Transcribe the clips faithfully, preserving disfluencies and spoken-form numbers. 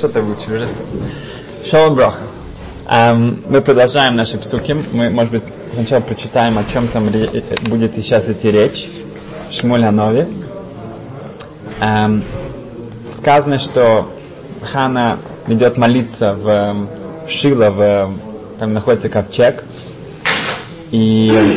Что-то выучили уже. Шалом броха. Um, мы продолжаем наши псуки. Мы, может быть, сначала прочитаем, о чем там ре- будет сейчас идти речь. Шмуль Анови. Um, сказано, что Хана идет молиться в, в Шило, в, там находится ковчег. И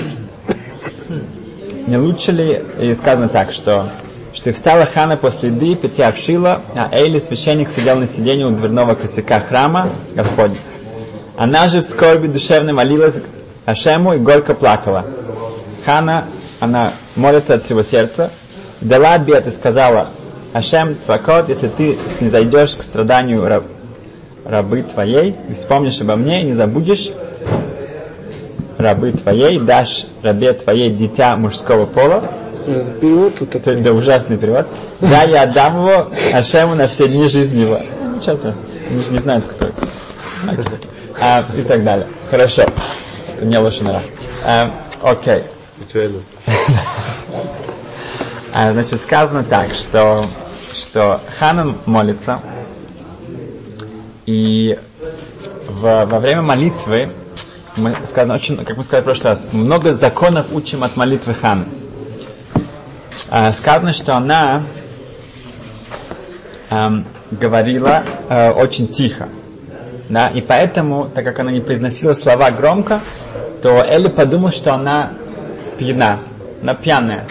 не лучше ли, и сказано так, что что и встала Хана после еды, питья в Шило, а Эйли, священник, сидел на сиденье у дверного косяка храма Господня. Она же в скорби душевной молилась Ашему и горько плакала. Хана, она молится от всего сердца, дала обет и сказала: Ашем, Цвакот, если ты снизойдешь к страданию раб, рабы твоей, и вспомнишь обо мне, и не забудешь рабы твоей, дашь рабе твоей дитя мужского пола. Перевод тут такой. Да, ужасный перевод. Да, я отдам его Ашему на все дни жизни его. Ничего страшного. Они же не знают, кто это. А, и так далее. Хорошо. Это не лошадь. А, окей. А, значит, сказано так, что, что Хана молится, и в, во время молитвы, мы, сказано, очень, как мы сказали в прошлый раз, много законов учим от молитвы Ханы. Uh, сказано, что она um, говорила uh, очень тихо, да, и поэтому, так как она не произносила слова громко, то Эли подумал, что она пьяна, она пьяная.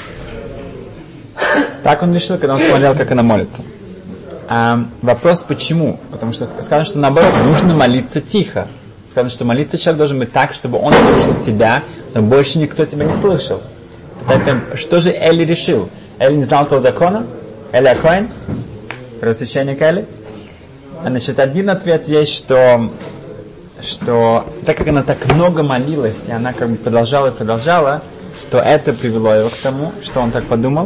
Так он решил, когда он смотрел, как она молится. Um, вопрос, почему? Потому что сказано, что наоборот, нужно молиться тихо. Сказано, что молиться человек должен быть так, чтобы он слышал себя, но больше никто тебя не слышал. Поэтому, что же Эли решил? Эли не знал того закона? Эли Акоин? Первосвященник Эли? Значит, один ответ есть, что, что так как она так много молилась, и она как бы продолжала и продолжала, то это привело его к тому, что он так подумал.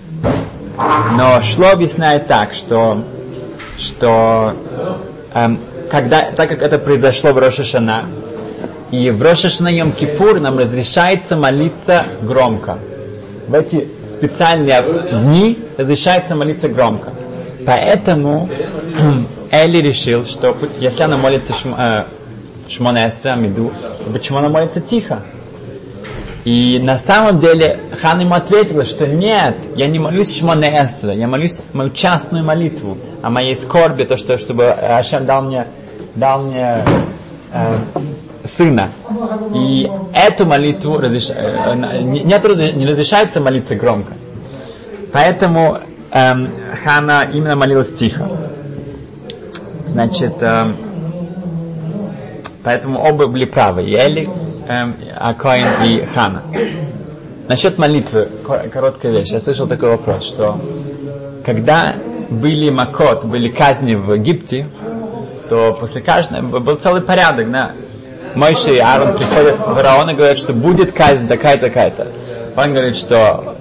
Но шло объясняет так, что, что эм, когда, так как это произошло в Рош ха-Шана, и в Рош ха-Шана Йом Кипур нам разрешается молиться громко. В эти специальные дни разрешается молиться громко. Поэтому Эли решил, что если она молится Шмона Эсра Амиду, то почему она молится тихо? И на самом деле Хана ему ответила, что нет, я не молюсь Шмона Эсра, я молюсь мою частную молитву о моей скорби, то, что, чтобы Ашем дал мне, дал мне э, сына. И эту молитву разреш... Нет, не разрешается молиться громко. Поэтому эм, Хана именно молилась тихо. Значит, эм, поэтому оба были правы. И Эли, эм, Акоин и Хана. Насчет молитвы, короткая вещь. Я слышал такой вопрос, что когда были макот, были казни в Египте, то после каждого был целый порядок, да. Мойше и Аарон приходят в фараон и говорят, что будет казнь такая-то, такая-то. Он говорит, что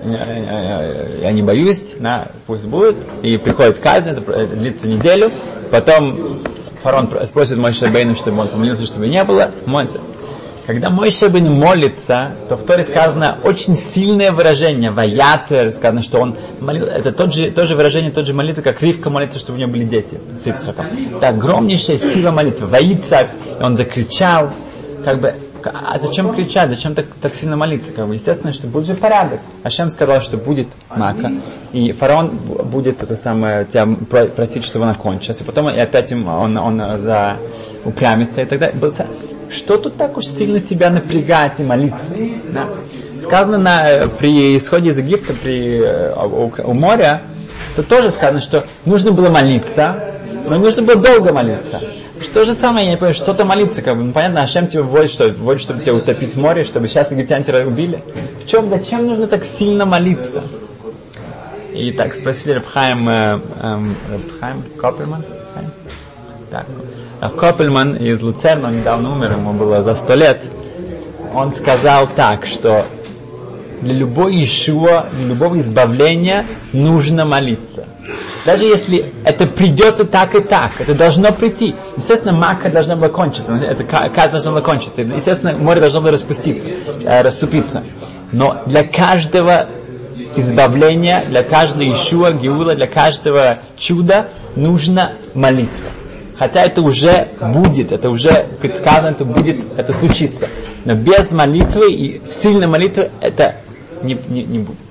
я не боюсь, да, пусть будет. И приходит казнь, это длится неделю. Потом фараон спросит Мойше Рабейну, чтобы он помолился, чтобы не было. Молится. Когда Мойше Рабейну молится, то в Торе сказано очень сильное выражение. Ваятер, сказано, что он молил. Это тот же, то же выражение, тот же молитва, как Ривка молится, чтобы у нее были дети с Ицхаком. Это огромнейшая сила молитвы. Ваицак, и он закричал. Как бы, а зачем кричать? Зачем так, так сильно молиться? Как бы, естественно, что будет же порядок. Ашем сказал, что будет мака. И фараон будет это самое, тебя просить, чтобы он окончился. И потом и опять он, он, он за, упрямится и так далее. Что тут так уж сильно себя напрягать и молиться? Да? Сказано на, при исходе из Египта, при, у, у моря, то тоже сказано, что нужно было молиться, но нужно было долго молиться. Что же самое, я не понимаю, что-то молиться, как бы, ну, понятно, Ашем тебя вводит, что вводит, чтобы тебя утопить в море, чтобы сейчас египтяне тебя убили. В чем, зачем нужно так сильно молиться? И так спросили Рав Хаим, э, э, Рав Хаим Копельман, так. Рав Копельман из Луцерна, он недавно умер, ему было за сто лет. Он сказал так, что для любой Иешуа, для любого избавления нужно молиться. Даже если это придет и так, и так, это должно прийти. Естественно, мака должна была кончиться, это каз должна была кончиться. Естественно, море должно было распуститься, э, расступиться. Но для каждого избавления, для каждого Иешуа, Геула, для каждого чуда нужна молитва. Хотя это уже будет, это уже предсказано, это будет, это случится. Но без молитвы и сильной молитвы это не, не, не будет.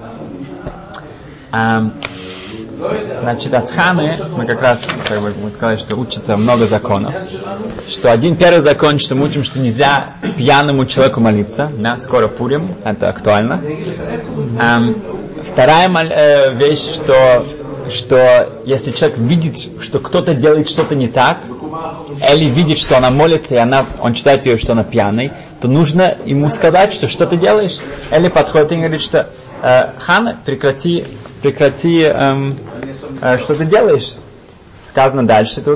А, значит, от Ханы мы как раз, как бы мы сказали, что учится много законов. Что один первый закон, что мы учим, что нельзя пьяному человеку молиться. Да, скоро Пурим, это актуально. А, вторая э, вещь, что что если человек видит, что кто-то делает что-то не так, или видит, что она молится, и она, он считает ее, что она пьяной, то нужно ему сказать, что что ты делаешь. Или подходит и говорит, что э, Хана, прекрати, прекрати, эм, э, что ты делаешь. Сказано дальше тут.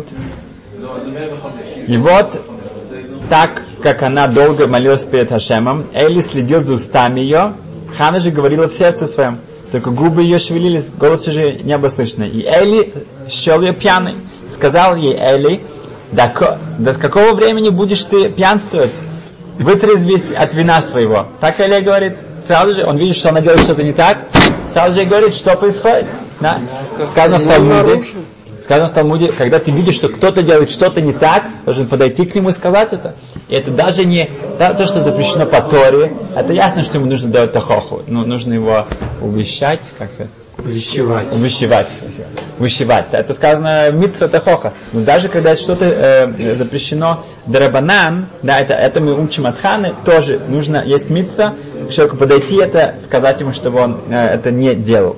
И вот, так как она долго молилась перед Хашемом, Эли следил за устами ее, Хана же говорила в сердце своем. Только губы ее шевелились, голос же не было слышно. И Эли счел ее пьяной. Сказал ей Эли, до, до какого времени будешь ты пьянствовать? Вытрезвись от вина своего. Так Эли говорит. Сразу же, он видит, что она делает что-то не так. Сразу же говорит, что происходит. Да? Сказано в Талмуде. Сказано в Талмуде, когда ты видишь, что кто-то делает что-то не так, должен подойти к нему и сказать это. И это даже не да, то, что запрещено по Торе. Это ясно, что ему нужно давать тахоху. Ну, нужно его увещать, как сказать? Увещевать. Увещевать. Увещевать. Это сказано митцва тахоха. Но даже когда что-то э, запрещено дарабанан, да, это, это мы учим от Ханы, тоже нужно, есть митцва, к человеку подойти это, сказать ему, чтобы он э, это не делал.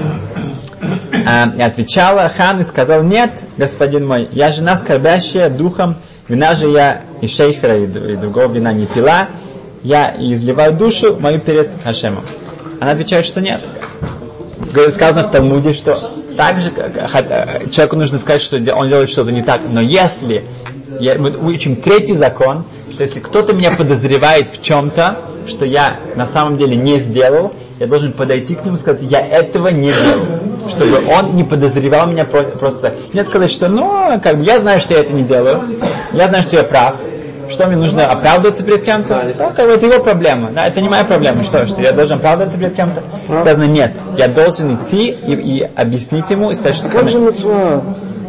И отвечала Хан и сказал: нет, господин мой, я жена скорбящая духом, вина же я и шейхера, и другого вина не пила, я изливаю душу мою перед Хашемом. Она отвечает, что нет. Сказано в Талмуде, что так же, как человеку нужно сказать, что он делает что-то не так, но если, мы учим третий закон, что если кто-то меня подозревает в чем-то, что я на самом деле не сделал, я должен подойти к нему и сказать: я этого не делал. Чтобы он не подозревал меня просто так. Не сказать, что ну, как бы я знаю, что я это не делаю, я знаю, что я прав. Что мне нужно оправдываться перед кем-то? Да, как бы это его проблема. Да, это не моя проблема. Что, что я должен оправдываться перед кем-то? Сказано, нет, я должен идти и, и объяснить ему и сказать, что... Как же митцва?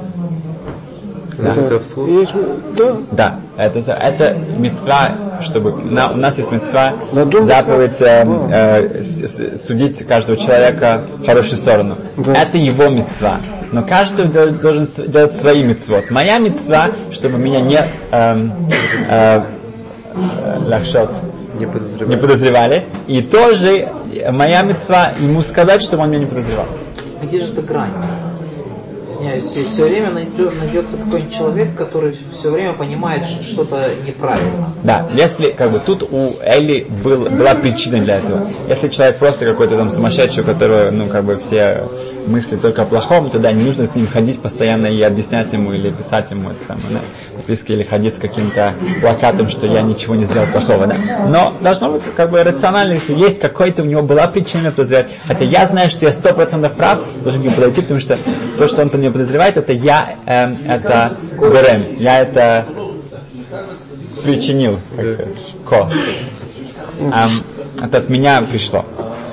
Да. Это, есть, да. Да, это, это митцва, чтобы на, у нас есть митцва, заповедь э, э, с, судить каждого человека в хорошую сторону. Да. Это его митцва. Но каждый должен делать свои митцвот. Моя митцва, чтобы меня не э, э, лахшот, не подозревали. не подозревали. И тоже моя митцва ему сказать, чтобы он меня не подозревал. Где же эта грань? Все, все время найдется какой-нибудь человек, который все время понимает что-то неправильно. Да, если как бы тут у Эли был, была причина для этого. Если человек просто какой-то там сумасшедший, у которого ну как бы все мысли только о плохом, тогда не нужно с ним ходить постоянно и объяснять ему или писать ему это самое, да, подписки, или ходить с каким-то плакатом, что я ничего не сделал плохого, да. Но должно быть как бы рационально, если есть какой-то у него была причина подозревать. Хотя я знаю, что я сто процентов прав, должен к нему подойти, потому что то, что он по мне подозревает, это я, э, это горем, я это причинил, как сказать, ко. Эм, это от меня пришло.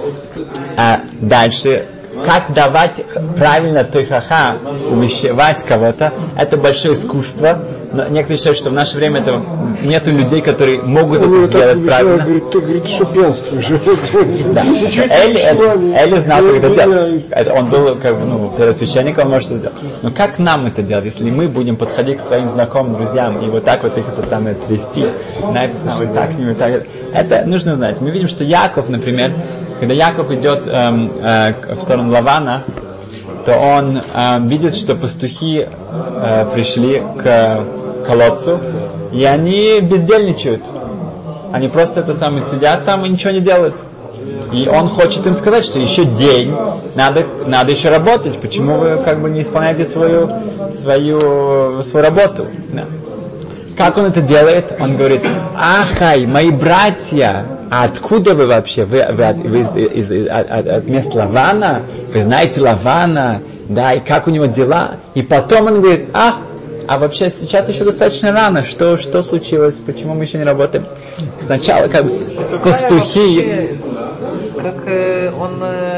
А дальше, как давать правильно тойхаха, увещевать кого-то, это большое искусство. Но некоторые считают, что в наше время это нету людей, которые могут ну, это сделать правильно. Говорит, ты говоришь, что пьянствуешь. Да. Эли, Эли знал, как это делать. Он был как бы, ну, первосвященником, он может это делать. Но как нам это делать, если мы будем подходить к своим знакомым, друзьям, и вот так вот их это самое трясти, на это самое так, не вот так. Это нужно знать. Мы видим, что Яков, например, когда Яков идет эм, э, в сторону Лавана, то он э, видит, что пастухи э, пришли к колодцу, и они бездельничают. Они просто это самое сидят там и ничего не делают. И он хочет им сказать, что еще день, надо, надо еще работать. Почему вы как бы не исполняете свою, свою, свою работу? Да. Как он это делает? Он говорит: ахай, мои братья, а откуда вы вообще? Вы, вы, вы из, из, из, от, от места Лавана? Вы знаете Лавана? Да, и как у него дела? И потом он говорит: а, а вообще сейчас еще достаточно рано. Что, что случилось? Почему мы еще не работаем? Сначала как бы пастухи... Как э, он, э,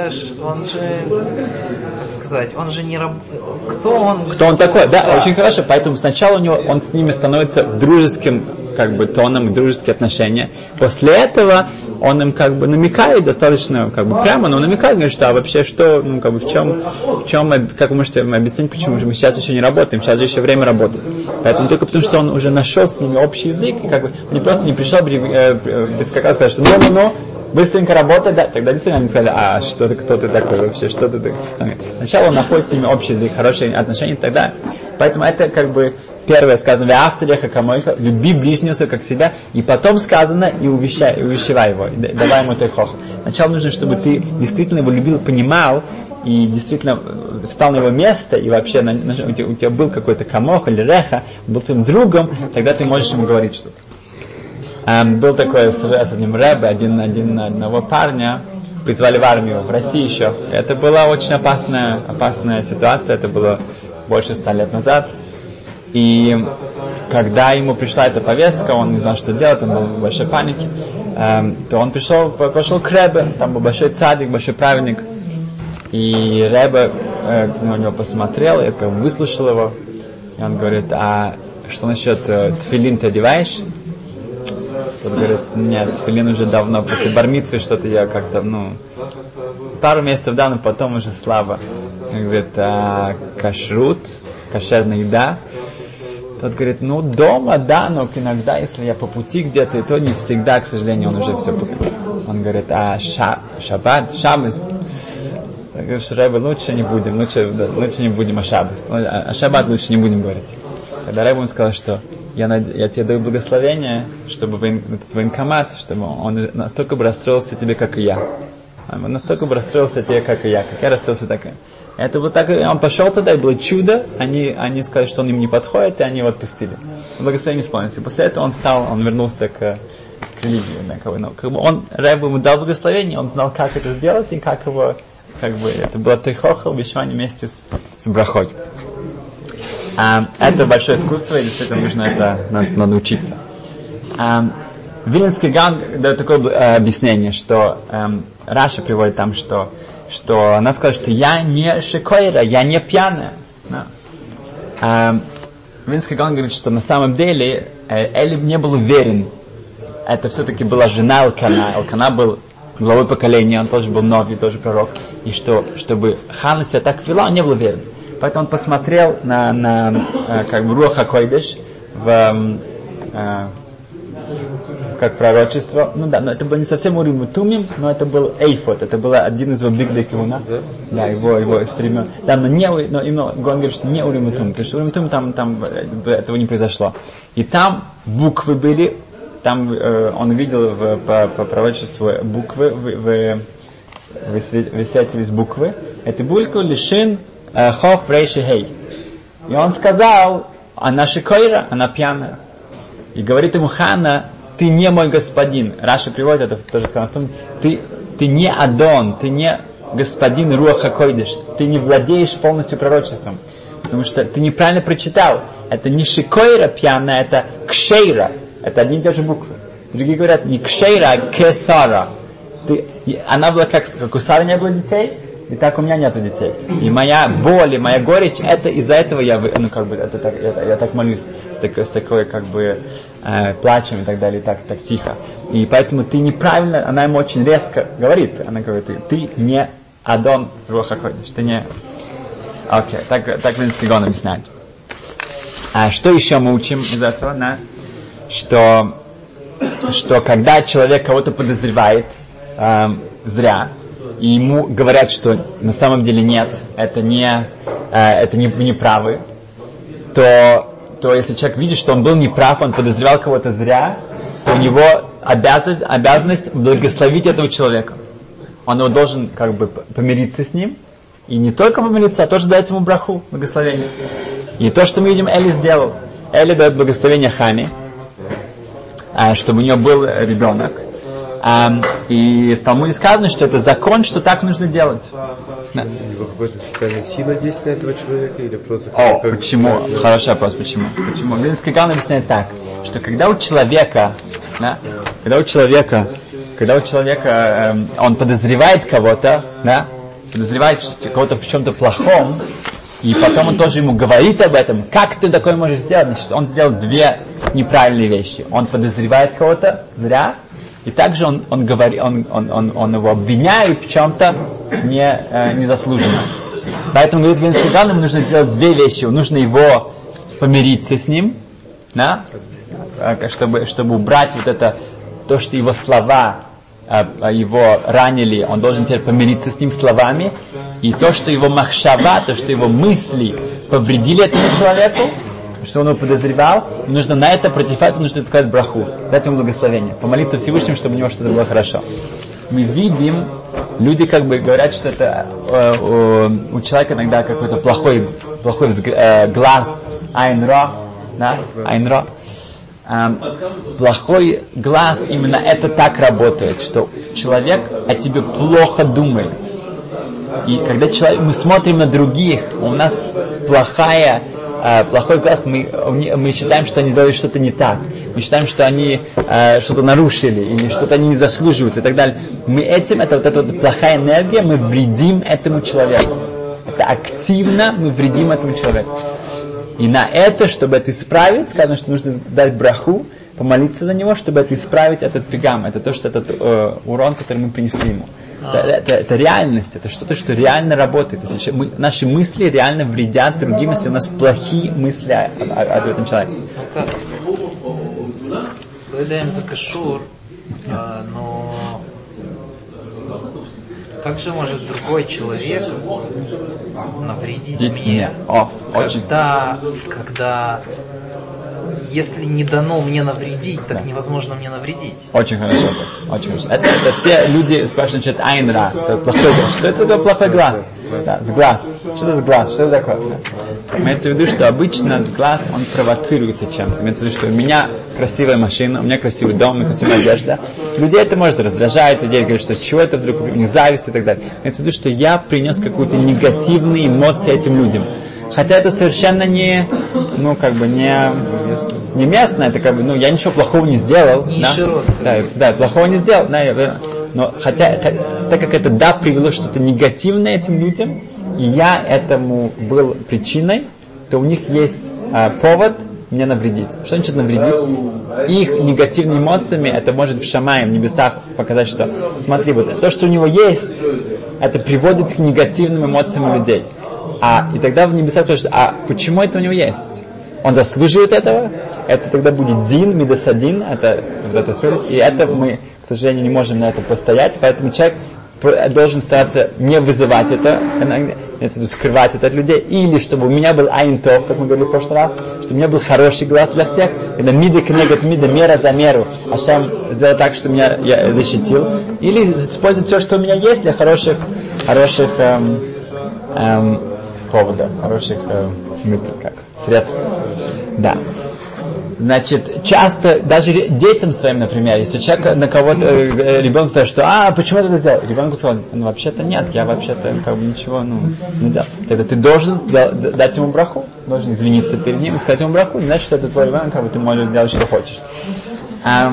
он же, как сказать, он же не раб... Кто он? Кто он такой? Да, да, очень хорошо. Поэтому сначала у него, он с ними становится дружеским, как бы, тоном, дружеские отношения. После этого он им, как бы, намекает достаточно, как бы, прямо, но намекает, говорит, что, а вообще, что, ну, как бы, в чем, в чем, как вы можете объяснить, почему мы сейчас еще не работаем, сейчас же еще время работать. Поэтому только потому, что он уже нашел с ними общий язык, и, как бы, не просто не пришел, прискакал, сказал, что ну-ну-ну, быстренько работать, да, тогда действительно они сказали, а что ты, кто ты такой вообще, что ты такой. Сначала он находит с ними общий язык, хорошие отношения, тогда, поэтому это как бы первое сказано, «Ве'афталеха камойха», люби ближнего как себя, и потом сказано, и увещай, и увещевай его, и давай ему тойхоху. Сначала нужно, чтобы ты действительно его любил, понимал, и действительно встал на его место, и вообще на, на, у, тебя, у тебя был какой-то камох или реха, был твоим другом, тогда ты можешь ему говорить что-то. Um, был такой с, с одним рэбе, один, один одного парня, призвали в армию, в России еще. Это была очень опасная, опасная ситуация, это было больше ста лет назад. И когда ему пришла эта повестка, он не знал, что делать, он был в большой панике, um, то он пришел, пошел к рэбе, там был большой цадик, большой праведник. И рэбе э, на него посмотрел, это выслушал его, и он говорит, а что насчет э, тфилин ты одеваешь? Тот говорит, нет, тфилин уже давно, после бар-мицвы что-то я как-то, ну, пару месяцев да, но потом уже слабо. Он говорит, а кашрут, кошерная еда? Тот говорит, ну, дома, да, но иногда, если я по пути где-то, и то не всегда, к сожалению, он уже все покупил. Он говорит, а ша, шаббат, шаббас? Он говорит, Рэбе, лучше не будем, лучше, да, лучше не будем о шаббас. О шаббат лучше не будем говорить. Когда Рэбе ему сказал, что я, я тебе даю благословение, чтобы воен, этот военкомат, чтобы он настолько бы расстроился тебе, как и я. Он настолько бы расстроился тебе, как и я. Как я расстроился, так и это вот так, он пошел туда, и было чудо, они, они сказали, что он им не подходит, и они его отпустили. Благословение исполнилось. И после этого он стал, он вернулся к, к религии. Да, как бы, ну, как бы он, Рэбе ему дал благословение, он знал, как это сделать, и как его, как бы, это было тойхоха, увещевание вместе с, с брахой. А, это большое искусство, и действительно нужно это надо, надо учиться. А, Вилинский Гаон дает такое э, объяснение, что э, Раша приводит там, что, что она сказала, что я не шикойра, я не пьяная. Да. А, Вилинский Гаон говорит, что на самом деле э, Элиб не был уверен. Это все-таки была жена Элкана. Элкана был главой поколения, он тоже был новый, тоже пророк. И что, чтобы Ханна себя так вела, он не был уверен. Поэтому он посмотрел на, на э, как бы Руах ха-Койдеш в э, как пророчество. Ну да, но это было не совсем Урим и Тумим, но это был Эйфот, это был один из его бигдей кивуна. Да? Да, его, его стремен. Да, но не, но именно он говорит, что не Урим и Тумим, потому что Урим и Тумим там, там этого не произошло. И там буквы были, там э, он видел в, по, по пророчеству буквы, в, в, высветились буквы. Это бульку лишин Хоф рейши хей. И он сказал, она шикойра, она пьяная. И говорит ему Ханна, ты не мой господин. Раша приводит это тоже сказано в том, ты, ты не Адон, ты не господин Руах ха-Койдеш, ты не владеешь полностью пророчеством. Потому что ты неправильно прочитал. Это не шикойра пьяная, это кшейра. Это одни и те же буквы. Другие говорят не кшейра, а кесара. Ты, она была как, как у Сары не было детей, и так у меня нету детей. И моя боль, и моя горечь, это из-за этого я, ну, как бы, это так, я, я так молюсь с, так, с такой, как бы, э, плачем и так далее, так, так тихо. И поэтому ты неправильно, она ему очень резко говорит, она говорит, ты, ты не Адон Руах ха-Койдеш, ты не... Окей, okay, так, так Вилинский Гаон объясняет. А что еще мы учим из этого, да? Что, что когда человек кого-то подозревает, э, зря, и ему говорят, что на самом деле нет, это не, э, это не, не правы, то, то если человек видит, что он был неправ, он подозревал кого-то зря, то у него обязан, обязанность благословить этого человека. Он его должен как бы помириться с ним, и не только помириться, а тоже дать ему браху, благословение. И то, что мы видим, Эли сделал. Эли дает благословение Хане, э, чтобы у нее был ребенок. Um, и в Талмуде сказано, что это закон, что так нужно делать. Да. Какая-то специальная сила действия этого человека или просто... О, как почему? Как... Хороший вопрос, почему? Почему? Вилинский Гаон объясняет так, что когда у человека, да, когда у человека, когда у человека эм, он подозревает кого-то, да, подозревает кого-то в чем-то плохом, и потом он тоже ему говорит об этом, как ты такое можешь сделать? Значит, он сделал две неправильные вещи. Он подозревает кого-то зря, и также он, он, говорит, он, он, он, он его обвиняет в чем-то не, э, незаслуженно. Поэтому, говорит Вильнюсский Гаон, ему нужно делать две вещи. Нужно его помириться с ним, да? чтобы, чтобы убрать вот это, то, что его слова его ранили, он должен теперь помириться с ним словами, и то, что его махшава, то, что его мысли повредили этому человеку, что он его подозревал, нужно на это, против этого нужно сказать браху, дать ему благословение, помолиться Всевышнему, чтобы у него что-то было хорошо. Мы видим, люди как бы говорят, что это э, э, у человека иногда какой-то плохой, плохой взг- э, глаз, айн-ро, да, айн-ро. Э, плохой глаз, именно это так работает, что человек о тебе плохо думает. И когда человек, мы смотрим на других, у нас плохая, э, плохой глаз, мы, мы считаем, что они сделали что-то не так. Мы считаем, что они э, что-то нарушили, или что-то они не заслуживают и так далее. Мы этим, это вот эта вот плохая энергия, мы вредим этому человеку. Это активно мы вредим этому человеку. И на это, чтобы это исправить, сказано, что нужно дать браху, помолиться за него, чтобы это исправить этот пигам. Это то, что этот э, урон, который мы принесли ему. Это, это, это реальность, это что-то, что реально работает. То есть мы, наши мысли реально вредят другим, если у нас плохие мысли о, о, о, об этом человеке. Мы даем за кашур, но как же может другой человек навредить Дить мне, мне. О, очень. когда, когда если не дано мне навредить, так да. невозможно мне навредить. Очень хорошо. Очень хорошо. Это, это все люди спрашивают, что это айнра, это плохой глаз. Что это такое плохой глаз? Да, с глаз. Что это с глаз? Что это такое? Да. Имеется в виду, что обычно с глаз он провоцируется чем-то. Имеется в виду, что у меня красивая машина, у меня красивый дом, у меня красивая одежда. Людей это может раздражать, людей говорят, что с чего это вдруг, у них зависть и так далее. Имеется в виду, что я принес какую-то негативные эмоции этим людям. Хотя это совершенно не, ну, как бы не, не местно, это как бы, ну, я ничего плохого не сделал. Не да? широкий. Да, да, плохого не сделал. Да, я, но хотя, так как это, да, привело что-то негативное этим людям, и я этому был причиной, то у них есть а, повод мне навредить. Что значит навредить? Их негативными эмоциями это может в Шамае, в небесах показать, что, смотри, вот то, что у него есть, это приводит к негативным эмоциям у людей. А, и тогда в небесах спрашивают, а почему это у него есть? Он заслуживает этого? Это тогда будет дин, мидасадин, это, это и это мы, к сожалению, не можем на это постоять, поэтому человек должен стараться не вызывать это, имеется в виду скрывать это от людей, или чтобы у меня был айнтов, как мы говорили в прошлый раз, чтобы у меня был хороший глаз для всех, когда мида кнегат мида, мера за меру, а сам сделал так, что меня я защитил, или использовать все, что у меня есть для хороших, хороших эм, эм, поводов, хороших эм, как, средств. Да. Значит, часто, даже детям своим, например, если человек на кого-то, э, ребенок скажет, что а, почему ты это сделал? Ребенок сказал, ну вообще-то нет, я вообще-то как бы ничего, ну, не делал. Тогда ты должен дать ему браху, должен извиниться перед ним и сказать ему браху, не значит, что это твой ребенок, как бы ты можешь сделать, что хочешь. А,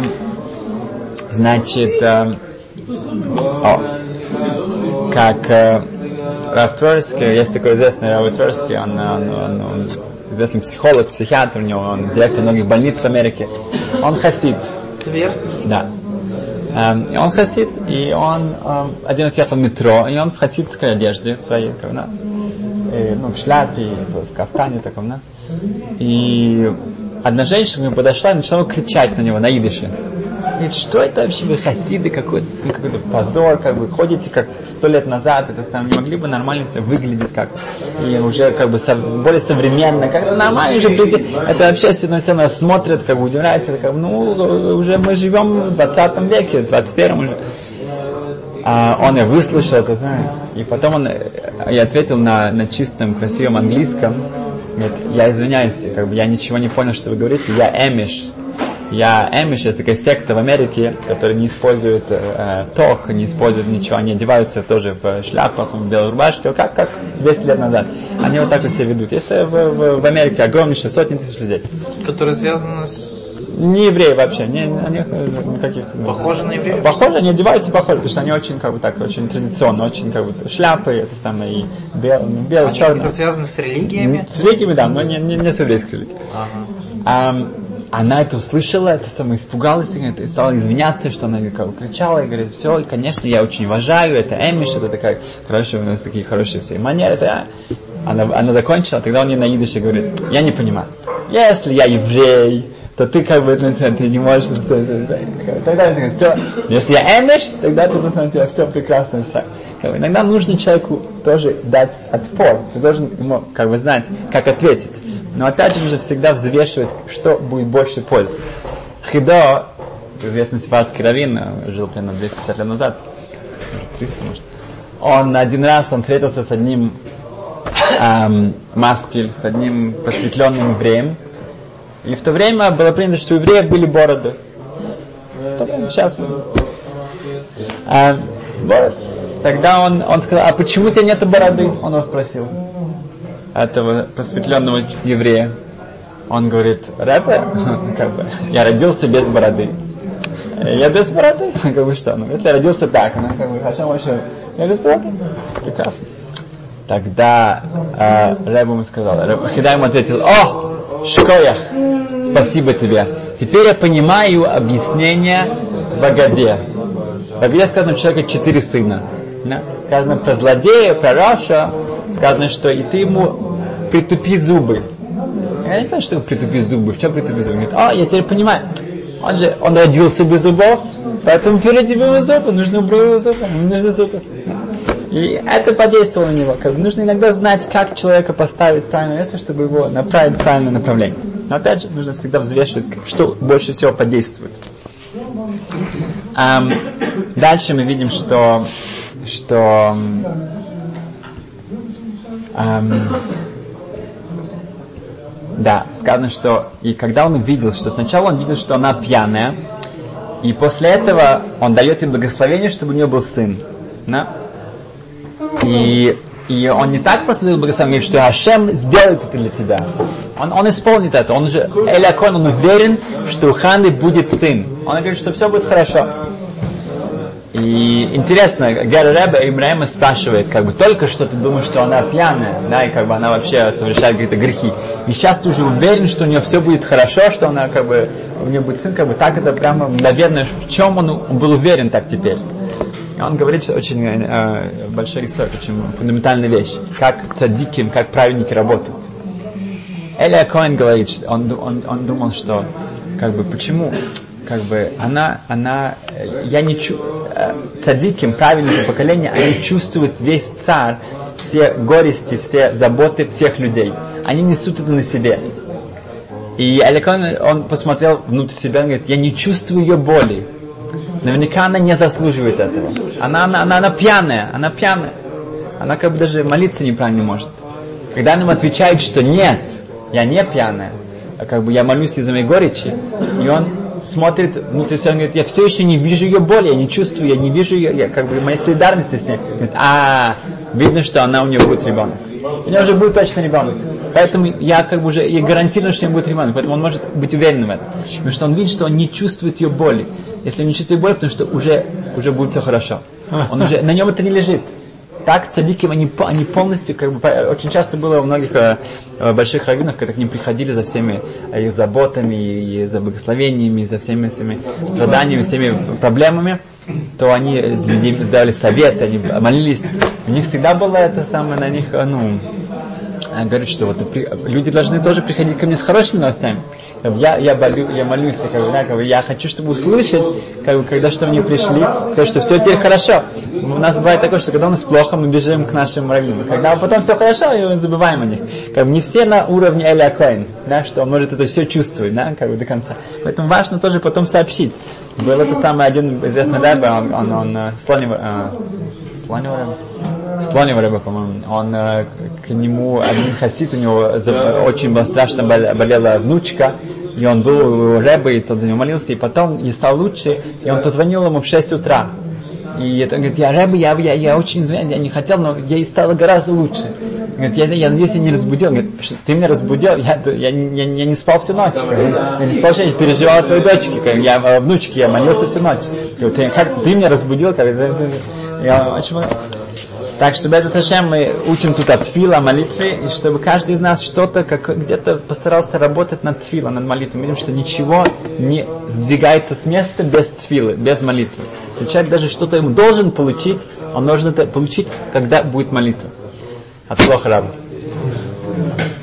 значит, а, о, как а, Рав Творский, есть такой известный Рав Творский, он, он, он, он известный психолог, психиатр, у него он директор многих больниц в Америке. Он хасид. Тверский? Да. Эм, и он хасид, и он эм, один раз ехал в метро, и он в хасидской одежде своей, как, да? И, ну, в шляпе, в кафтане таком, да? И одна женщина к нему подошла и начала кричать на него на идыше. Говорит, что это вообще вы хасиды, какой-то, ну, какой-то позор, как бы ходите как сто лет назад, это сам не могли бы нормально все выглядеть как и уже как бы со, более современно, как нормально уже прийти. Это общественное все нас смотрят, как бы удивляется, как, ну уже мы живем в двадцатом веке, в двадцать первом уже. А он и выслушал это, да, и потом он, я ответил на, на чистом, красивом английском, говорит, я извиняюсь, как бы я ничего не понял, что вы говорите, я эмиш. Я Эмиш, есть такая секта в Америке, которая не использует э, ток, не использует ничего, они одеваются тоже в шляпах, в белой рубашке, как, как двести лет назад. Они вот так вот себя ведут. Есть в, в, в Америке огромнейшие сотни тысяч людей. Которые связаны с... Не евреи вообще, не, они никаких... Похожи на евреев? Похожи, они одеваются похожи, потому что они очень, как бы так, очень традиционно, очень, как бы, шляпы, это самое, и бел, белый, они черный. Это связано с религиями? С религиями, да, но не, не, не с еврейской религией. Ага. А, она это услышала, это самое, испугалась, и стала извиняться, что она как бы кричала, и говорит, все, конечно, я очень уважаю, это Эмиш, это такая хорошая, у нас такие хорошие все манеры, это... Она, она закончила, тогда он ей на идыше говорит, я не понимаю, если я еврей, то ты как бы, ну, ты не можешь, тогда ты все, если я Эмиш, тогда ты, на тебя все прекрасно устраивает. Иногда нужно человеку тоже дать отпор, ты должен ему, как бы, знать, как ответить. Но опять же, нужно всегда взвешивать, что будет больше пользы. Хидо, известный сефардский раввин, жил примерно двести пятьдесят лет назад, триста может, он один раз, он встретился с одним эм, маскель, с одним просветленным евреем. И в то время было принято, что у евреев были бороды. Сейчас. А, бороды. Тогда он, он сказал, а почему у тебя нету бороды? Он его спросил. Этого просветленного еврея. Он говорит, Ребе, как бы, я родился без бороды. Я без бороды? Как бы что? Ну, если я родился так, ну, как бы, хорошо, больше, я без бороды? Прекрасно. Тогда э, Ребе ему сказал, Хида ему ответил, о, Шкоях, спасибо тебе. Теперь я понимаю объяснение в Агаде. В Агаде сказано, у человека четыре сына. Да? Сказано про злодея, про Раша, сказано, что и ты ему притупи зубы. Я не понимаю, что притупи зубы. В чем притупи зубы? Говорит, а, я теперь понимаю. Он же, он родился без зубов, поэтому перед ему зубы, нужно убрать его зубы, нужны зубы. И это подействовало на него. Как бы нужно иногда знать, как человека поставить в правильное место, чтобы его направить в правильное направление. Но опять же, нужно всегда взвешивать, что больше всего подействует. Um, дальше мы видим, что, что um, да, сказано, что и когда он увидел, что сначала он видел, что она пьяная, и после этого он дает ей благословение, чтобы у нее был сын. Да? И, и он не так просто дает благословение, что Ашем сделает это для тебя. Он, он исполнит это. Он же, Эля Коэн, он уверен, что у Ханы будет сын. Он говорит, что все будет хорошо. И интересно, Гера Ребе Имраима спрашивает, как бы, только что ты думаешь, что она пьяная, да, и как бы она вообще совершает какие-то грехи. И сейчас ты уже уверен, что у нее все будет хорошо, что она, как бы, у нее будет сын, как бы, так это прямо, наверное, в чем он, он был уверен так теперь. И он говорит, что очень э, большой рисок, очень фундаментальная вещь, как цадиким, как праведники работают. Эля Коэн говорит, что он, он, он думал, что, как бы, почему, как бы, она, она, я не чу, э, цадиким, праведники поколения, они чувствуют весь царь, все горести, все заботы всех людей. Они несут это на себе. И Эля Коэн, он посмотрел внутрь себя, он говорит, я не чувствую ее боли. Наверняка она не заслуживает этого. Она, она, она, она пьяная, она пьяная. Она как бы даже молиться неправильно не может. Когда она ему отвечает, что нет, я не пьяная, а как бы я молюсь из-за моей горечи, и он смотрит внутрь себя, он говорит, я все еще не вижу ее боли, я не чувствую, я не вижу ее, я, как бы моей солидарности с ней. Говорит, а, видно, что она у нее будет ребенок. У нее уже будет точно ребенок. Поэтому я как бы уже я гарантирую, что у него будет ребенок. Поэтому он может быть уверен в этом. Потому что он видит, что он не чувствует ее боли. Если он не чувствует боли, потому что уже, уже будет все хорошо. Он уже, на нем это не лежит. Так цадиким, они, они полностью, как бы, очень часто было у многих э, больших раввинов, когда к ним приходили за всеми их заботами, и за благословениями, и за всеми своими страданиями, всеми проблемами, то они давали советы, они молились. У них всегда было это самое, на них, ну, говорит, что вот люди должны тоже приходить ко мне с хорошими новостями. Я, я, болю, я молюсь, как бы, да, как бы, я хочу, чтобы услышать, как бы, когда что мне пришли, сказать, что все теперь хорошо. У нас бывает такое, что когда у нас плохо, мы бежим к нашим раввинам. Когда потом все хорошо, и мы забываем о них. Как бы, не все на уровне Эля Коэн, да, что он может это все чувствовать, да, как бы, до конца. Поэтому важно тоже потом сообщить. Был это самый один известный ребе, он, он, он, он Слонева, э, Слонева ребе? Слонева ребе, по-моему. Он э, к нему, один хасид, у него за, очень было страшно болела внучка, и он был у Рэбе, и тот за него молился, и потом не стал лучше, и он позвонил ему в шесть утра. И это, он говорит, я Рэбе, я, я, я очень извиняюсь, я не хотел, но ей стало гораздо лучше. Говорит, я, я надеюсь, я не разбудил. Говорит, ты меня разбудил, я, я, я, я не спал всю ночь. Я не спал, я переживал о твоей дочке, я, о внучке, я молился всю ночь. Говорит, ты, как, ты меня разбудил, как, я очень... Так что, без Ашем, мы учим тут от тфила, молитве, и чтобы каждый из нас что-то, как, где-то постарался работать над тфилом, над молитвой. Мы видим, что ничего не сдвигается с места без тфилы, без молитвы. Если человек даже что-то ему должен получить, он должен это получить, когда будет молитва. От слова Раба.